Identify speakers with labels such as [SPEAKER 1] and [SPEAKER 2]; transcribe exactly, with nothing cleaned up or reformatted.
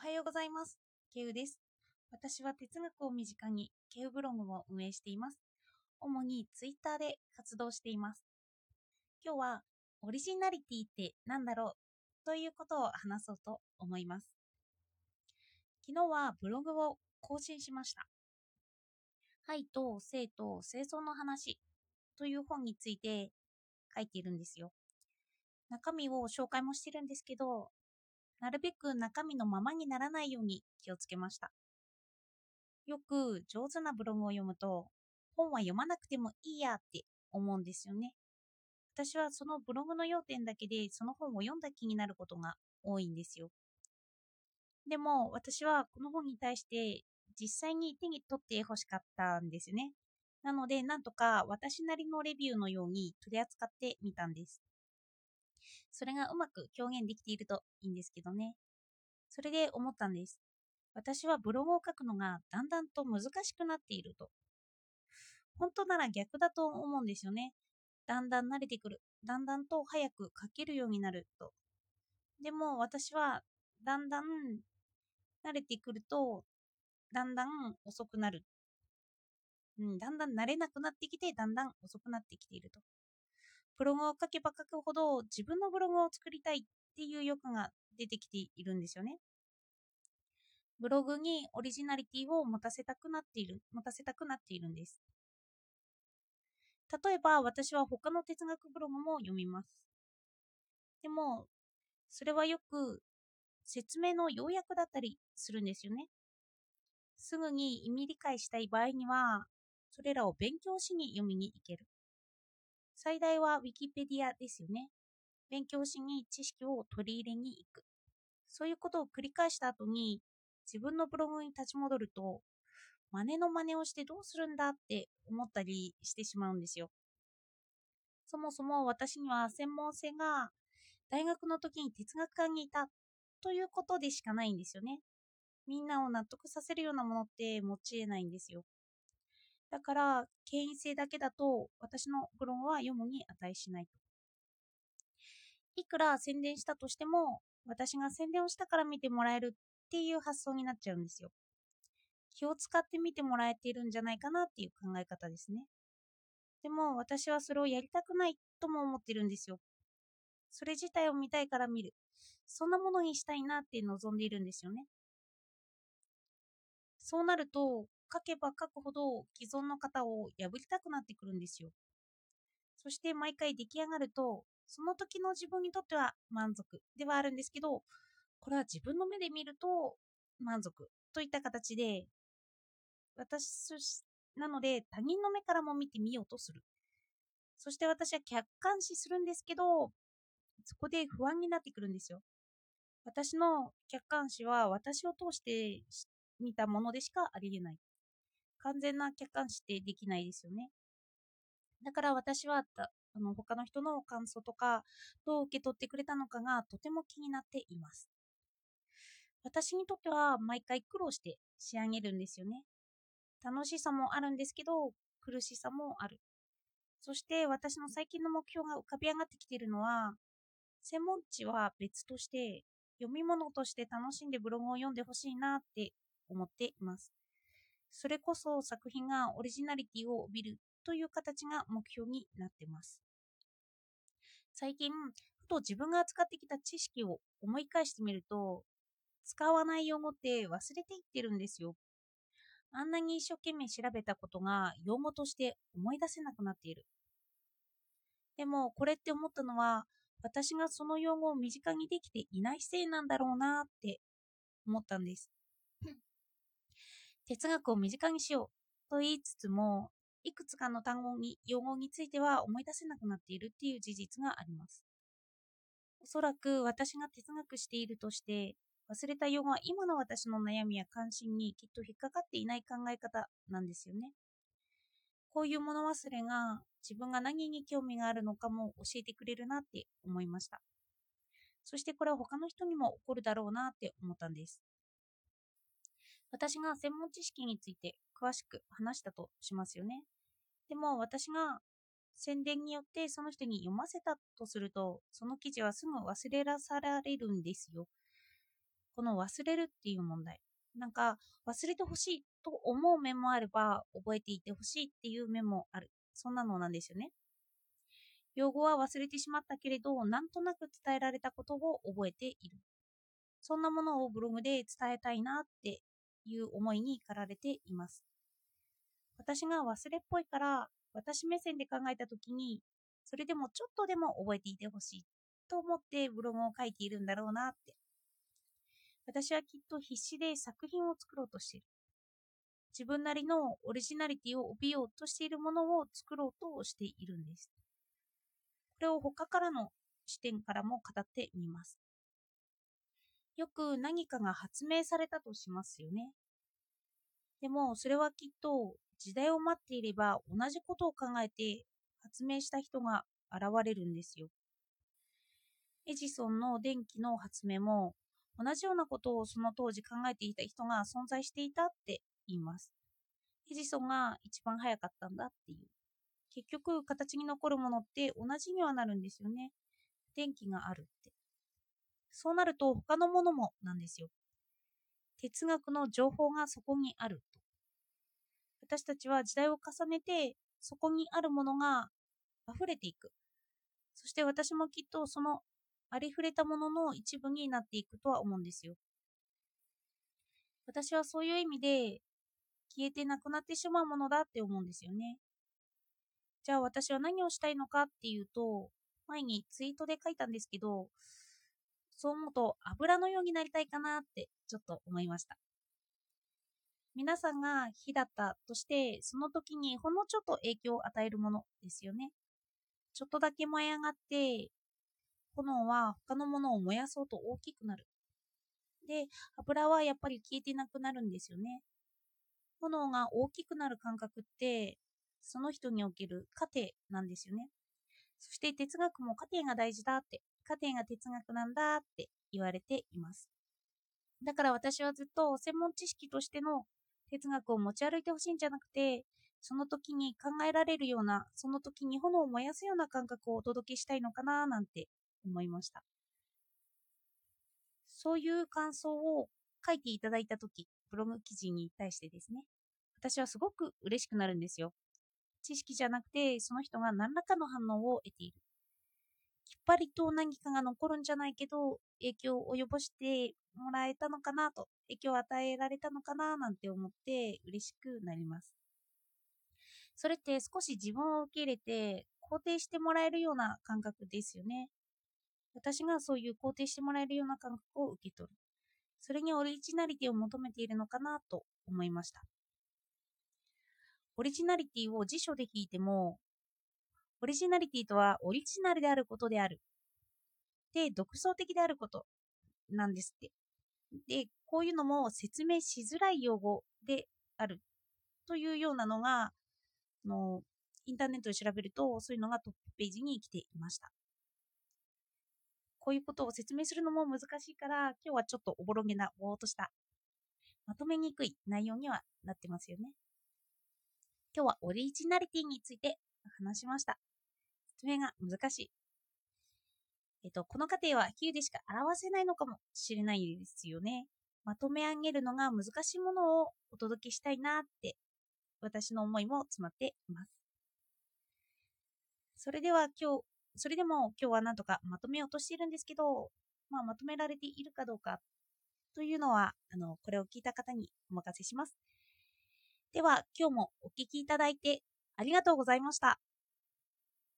[SPEAKER 1] おはようございます。ケウです。私は哲学を身近にケウブログを運営しています。主にツイッターで活動しています。今日はオリジナリティって何だろうということを話そうと思います。昨日はブログを更新しました。愛と性と清掃の話という本について書いているんですよ。中身を紹介もしてるんですけど、なるべく中身のままにならないように気をつけました。よく上手なブログを読むと、本は読まなくてもいいやって思うんですよね。私はそのブログの要点だけでその本を読んだ気になることが多いんですよ。でも私はこの本に対して実際に手に取って欲しかったんですね。なのでなんとか私なりのレビューのように取り扱ってみたんです。それがうまく表現できているといいんですけどね。それで思ったんです。私はブログを書くのがだんだんと難しくなっていると。本当なら逆だと思うんですよね。だんだん慣れてくる。だんだんと早く書けるようになると。でも私はだんだん慣れてくると、だんだん遅くなる。うん、だんだん慣れなくなってきて、だんだん遅くなってきていると。ブログを書けば書くほど自分のブログを作りたいっていう欲が出てきているんですよね。ブログにオリジナリティを持たせたくなっている、持たせたくなっているんです。例えば私は他の哲学ブログも読みます。でも、それはよく説明の要約だったりするんですよね。すぐに意味理解したい場合には、それらを勉強しに読みに行ける。最大はウィキペディアですよね。勉強しに知識を取り入れに行く。そういうことを繰り返した後に、自分のブログに立ち戻ると、真似の真似をしてどうするんだって思ったりしてしまうんですよ。そもそも私には専門性が大学の時に哲学科にいたということでしかないんですよね。みんなを納得させるようなものって持ち得ないんですよ。だから、権威性だけだと私のブログは読むに値しないと。いくら宣伝したとしても、私が宣伝をしたから見てもらえるっていう発想になっちゃうんですよ。気を使って見てもらえているんじゃないかなっていう考え方ですね。でも私はそれをやりたくないとも思ってるんですよ。それ自体を見たいから見る。そんなものにしたいなって望んでいるんですよね。そうなると、書けば書くほど既存の型を破りたくなってくるんですよ。そして毎回出来上がると、その時の自分にとっては満足ではあるんですけど、これは自分の目で見ると満足といった形で、私なので他人の目からも見てみようとする。そして私は客観視するんですけど、そこで不安になってくるんですよ。私の客観視は私を通して見たものでしかありえない。完全な客観視ってできないですよね。だから私はたあの他の人の感想とかどう受け取ってくれたのかがとても気になっています。私にとっては毎回苦労して仕上げるんですよね。楽しさもあるんですけど苦しさもある。そして私の最近の目標が浮かび上がってきているのは、専門知は別として読み物として楽しんでブログを読んでほしいなって思っています。それこそ作品がオリジナリティを帯びるという形が目標になっています。最近、ふと自分が扱ってきた知識を思い返してみると、使わない用語って忘れていってるんですよ。あんなに一生懸命調べたことが用語として思い出せなくなっている。でも、これって思ったのは、私がその用語を身近にできていないせいなんだろうなって思ったんです。哲学を身近にしようと言いつつも、いくつかの単語に、用語については思い出せなくなっているっていう事実があります。おそらく私が哲学しているとして、忘れた用語は今の私の悩みや関心にきっと引っかかっていない考え方なんですよね。こういう物忘れが自分が何に興味があるのかも教えてくれるなって思いました。そしてこれは他の人にも起こるだろうなって思ったんです。私が専門知識について詳しく話したとしますよね。でも私が宣伝によってその人に読ませたとすると、その記事はすぐ忘れらされるんですよ。 この忘れるっていう問題。なんか忘れてほしいと思う面もあれば、覚えていてほしいっていう面もある。そんなのなんですよね。用語は忘れてしまったけれど、なんとなく伝えられたことを覚えている。そんなものをブログで伝えたいなっていう思いに駆られています。私が忘れっぽいから、私目線で考えたときに、それでもちょっとでも覚えていてほしいと思ってブログを書いているんだろうなって。私はきっと必死で作品を作ろうとしている。自分なりのオリジナリティを帯びようとしているものを作ろうとしているんです。これを他からの視点からも語ってみます。よく何かが発明されたとしますよね。でもそれはきっと時代を待っていれば同じことを考えて発明した人が現れるんですよ。エジソンの電気の発明も同じようなことをその当時考えていた人が存在していたって言います。エジソンが一番早かったんだっていう。結局形に残るものって同じにはなるんですよね。電気があるって。そうなると他のものもなんですよ。哲学の情報がそこにあると。私たちは時代を重ねてそこにあるものが溢れていく。そして私もきっとそのありふれたものの一部になっていくとは思うんですよ。私はそういう意味で消えてなくなってしまうものだって思うんですよね。じゃあ私は何をしたいのかっていうと、前にツイートで書いたんですけど、そう思うと油のようになりたいかなってちょっと思いました。皆さんが火だったとして、その時にほんのちょっと影響を与えるものですよね。ちょっとだけ燃え上がって、炎は他のものを燃やそうと大きくなる。で、油はやっぱり消えてなくなるんですよね。炎が大きくなる感覚って、その人における過程なんですよね。そして哲学も過程が大事だって、過程が哲学なんだって言われています。だから私はずっと専門知識としての哲学を持ち歩いてほしいんじゃなくて、その時に考えられるような、その時に炎を燃やすような感覚をお届けしたいのかななんて思いました。そういう感想を書いていただいた時、ブログ記事に対してですね、私はすごく嬉しくなるんですよ。知識じゃなくて、その人が何らかの反応を得ている。きっぱりと何かが残るんじゃないけど、影響を及ぼしてもらえたのかなと、影響を与えられたのかななんて思って嬉しくなります。それって少し自分を受け入れて肯定してもらえるような感覚ですよね。私がそういう肯定してもらえるような感覚を受け取る。それにオリジナリティを求めているのかなと思いました。オリジナリティを辞書で引いても、オリジナリティとはオリジナルであることである。で、独創的であることなんですって。で、こういうのも説明しづらい用語であるというようなのが、あのインターネットで調べると、そういうのがトップページに来ていました。こういうことを説明するのも難しいから、今日はちょっとおぼろげな、ぼーっとした、まとめにくい内容にはなってますよね。今日はオリジナリティについて話しました。説明が難しい。えっと、この過程は比喩でしか表せないのかもしれないですよね。まとめ上げるのが難しいものをお届けしたいなって私の思いも詰まっています。それでは今日、それでも今日はなんとかまとめようとしているんですけど、まあ、まとめられているかどうかというのは、あの、これを聞いた方にお任せします。では、今日もお聞きいただいてありがとうございました。